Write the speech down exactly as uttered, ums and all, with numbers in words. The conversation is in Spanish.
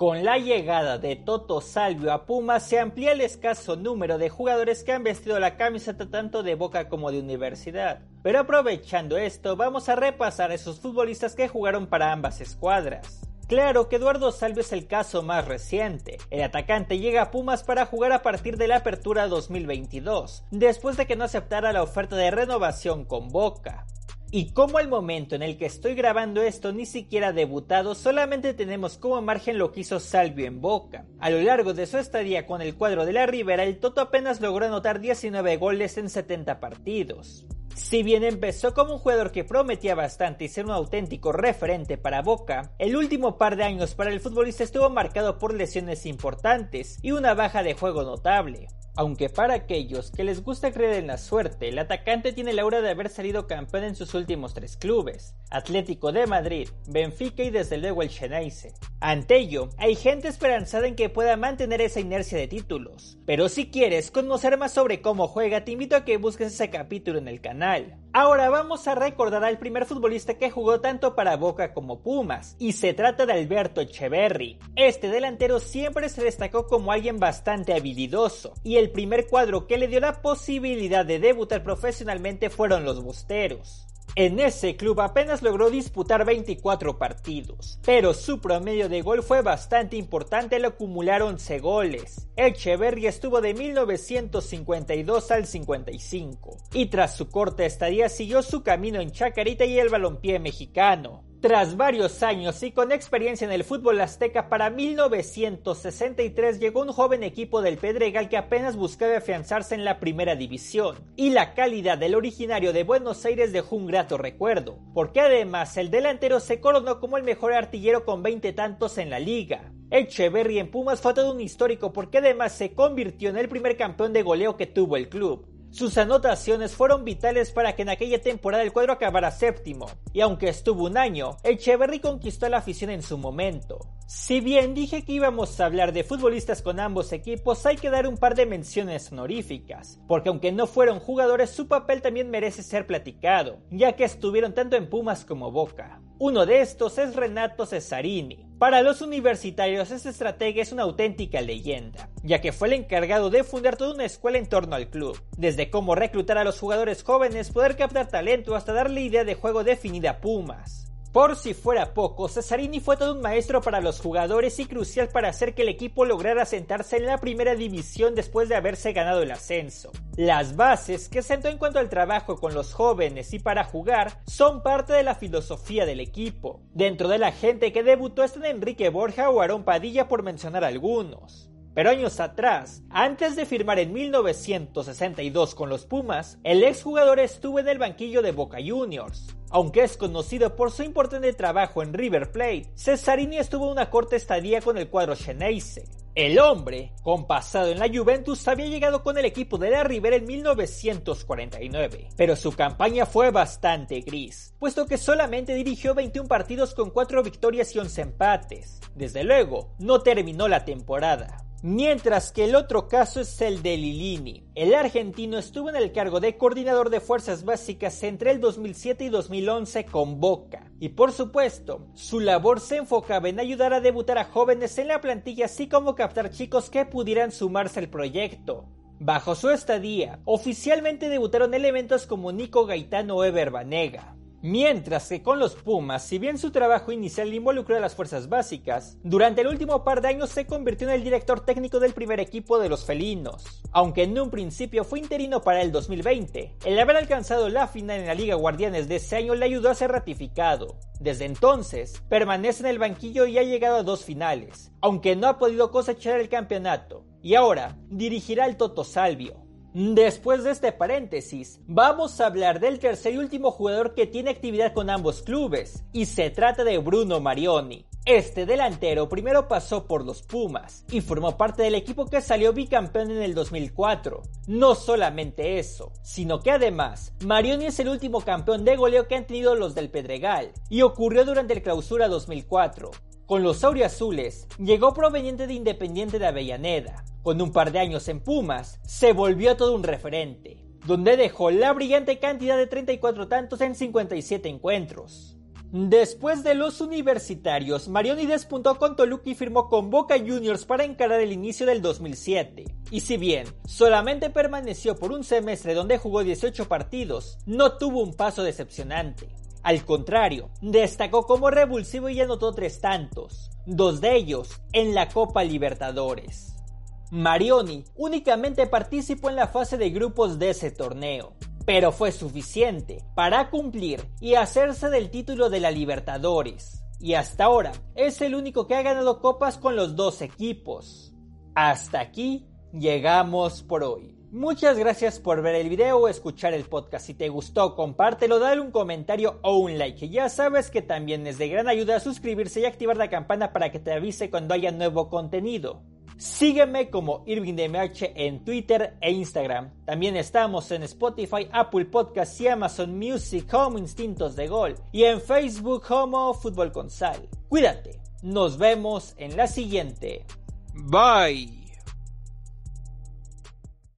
Con la llegada de Toto Salvio a Pumas se amplía el escaso número de jugadores que han vestido la camiseta tanto de Boca como de Universidad. Pero aprovechando esto, vamos a repasar a esos futbolistas que jugaron para ambas escuadras. Claro que Eduardo Salvio es el caso más reciente. El atacante llega a Pumas para jugar a partir de la apertura dos mil veintidós, después de que no aceptara la oferta de renovación con Boca. Y como al momento en el que estoy grabando esto ni siquiera ha debutado, solamente tenemos como margen lo que hizo Salvio en Boca. A lo largo de su estadía con el cuadro de la Ribera, el Toto apenas logró anotar diecinueve goles en setenta partidos. Si bien empezó como un jugador que prometía bastante y ser un auténtico referente para Boca, el último par de años para el futbolista estuvo marcado por lesiones importantes y una baja de juego notable. Aunque para aquellos que les gusta creer en la suerte, el atacante tiene el aura de haber salido campeón en sus últimos tres clubes: Atlético de Madrid, Benfica y desde luego el Xeneize. Ante ello, hay gente esperanzada en que pueda mantener esa inercia de títulos. Pero si quieres conocer más sobre cómo juega, te invito a que busques ese capítulo en el canal. Ahora vamos a recordar al primer futbolista que jugó tanto para Boca como Pumas, y se trata de Alberto Etcheverry. Este delantero siempre se destacó como alguien bastante habilidoso, y el primer cuadro que le dio la posibilidad de debutar profesionalmente fueron los Busteros. En ese club apenas logró disputar veinticuatro partidos, pero su promedio de gol fue bastante importante al acumular once goles. Etcheverry estuvo de mil novecientos cincuenta y dos al cincuenta y cinco, y tras su corta estadía siguió su camino en Chacarita y el balompié mexicano. Tras varios años y con experiencia en el fútbol azteca, para mil novecientos sesenta y tres llegó un joven equipo del Pedregal que apenas buscaba afianzarse en la primera división, y la calidad del originario de Buenos Aires dejó un grato recuerdo, porque además el delantero se coronó como el mejor artillero con veinte tantos en la liga. Etcheverry en Pumas fue todo un histórico porque además se convirtió en el primer campeón de goleo que tuvo el club. Sus anotaciones fueron vitales para que en aquella temporada el cuadro acabara séptimo, y aunque estuvo un año, Etcheverry conquistó a la afición en su momento. Si bien dije que íbamos a hablar de futbolistas con ambos equipos, hay que dar un par de menciones honoríficas, porque aunque no fueron jugadores, su papel también merece ser platicado, ya que estuvieron tanto en Pumas como Boca. Uno de estos es Renato Cesarini. Para los universitarios, este estratega es una auténtica leyenda, ya que fue el encargado de fundar toda una escuela en torno al club, desde cómo reclutar a los jugadores jóvenes, poder captar talento, hasta darle idea de juego definida a Pumas. Por si fuera poco, Cesarini fue todo un maestro para los jugadores y crucial para hacer que el equipo lograra sentarse en la primera división después de haberse ganado el ascenso. Las bases que sentó en cuanto al trabajo con los jóvenes y para jugar son parte de la filosofía del equipo. Dentro de la gente que debutó están Enrique Borja o Aarón Padilla, por mencionar algunos. Pero años atrás, antes de firmar en mil novecientos sesenta y dos con los Pumas, el exjugador estuvo en el banquillo de Boca Juniors. Aunque es conocido por su importante trabajo en River Plate, Cesarini estuvo una corta estadía con el cuadro Xeneize. El hombre, con pasado en la Juventus, había llegado con el equipo de la Ribera en mil novecientos cuarenta y nueve, pero su campaña fue bastante gris, puesto que solamente dirigió veintiún partidos con cuatro victorias y once empates. Desde luego, no terminó la temporada. Mientras que el otro caso es el de Lilini. El argentino estuvo en el cargo de coordinador de fuerzas básicas entre el dos mil siete y dos mil once con Boca. Y por supuesto, su labor se enfocaba en ayudar a debutar a jóvenes en la plantilla, así como captar chicos que pudieran sumarse al proyecto. Bajo su estadía, oficialmente debutaron elementos como Nico Gaitán o Ever Banega. Mientras que con los Pumas, si bien su trabajo inicial involucró a las fuerzas básicas, durante el último par de años se convirtió en el director técnico del primer equipo de los felinos. Aunque en un principio fue interino para el dos mil veinte, el haber alcanzado la final en la Liga Guardianes de ese año le ayudó a ser ratificado. Desde entonces, permanece en el banquillo y ha llegado a dos finales, aunque no ha podido cosechar el campeonato, y ahora dirigirá al Toto Salvio. Después de este paréntesis, vamos a hablar del tercer y último jugador que tiene actividad con ambos clubes, y se trata de Bruno Marioni. Este delantero primero pasó por los Pumas y formó parte del equipo que salió bicampeón en el dos mil cuatro. No solamente eso, sino que además, Marioni es el último campeón de goleo que han tenido los del Pedregal, y ocurrió durante el Clausura dos mil cuatro. Con los auriazules, llegó proveniente de Independiente de Avellaneda. Con un par de años en Pumas, se volvió todo un referente, donde dejó la brillante cantidad de treinta y cuatro tantos en cincuenta y siete encuentros. Después de los universitarios, Marioni despuntó con Toluca y firmó con Boca Juniors para encarar el inicio del dos mil siete. Y si bien solamente permaneció por un semestre donde jugó dieciocho partidos, no tuvo un paso decepcionante. Al contrario, destacó como revulsivo y anotó tres tantos, dos de ellos en la Copa Libertadores. Marioni únicamente participó en la fase de grupos de ese torneo, pero fue suficiente para cumplir y hacerse del título de la Libertadores, y hasta ahora es el único que ha ganado copas con los dos equipos. Hasta aquí llegamos por hoy. Muchas gracias por ver el video o escuchar el podcast. Si te gustó, compártelo, dale un comentario o un like. Ya sabes que también es de gran ayuda suscribirse y activar la campana para que te avise cuando haya nuevo contenido. Sígueme como IrvingDMH en Twitter e Instagram. También estamos en Spotify, Apple Podcasts y Amazon Music como Instintos de Gol. Y en Facebook como Fútbol con Sal. Cuídate, nos vemos en la siguiente. Bye.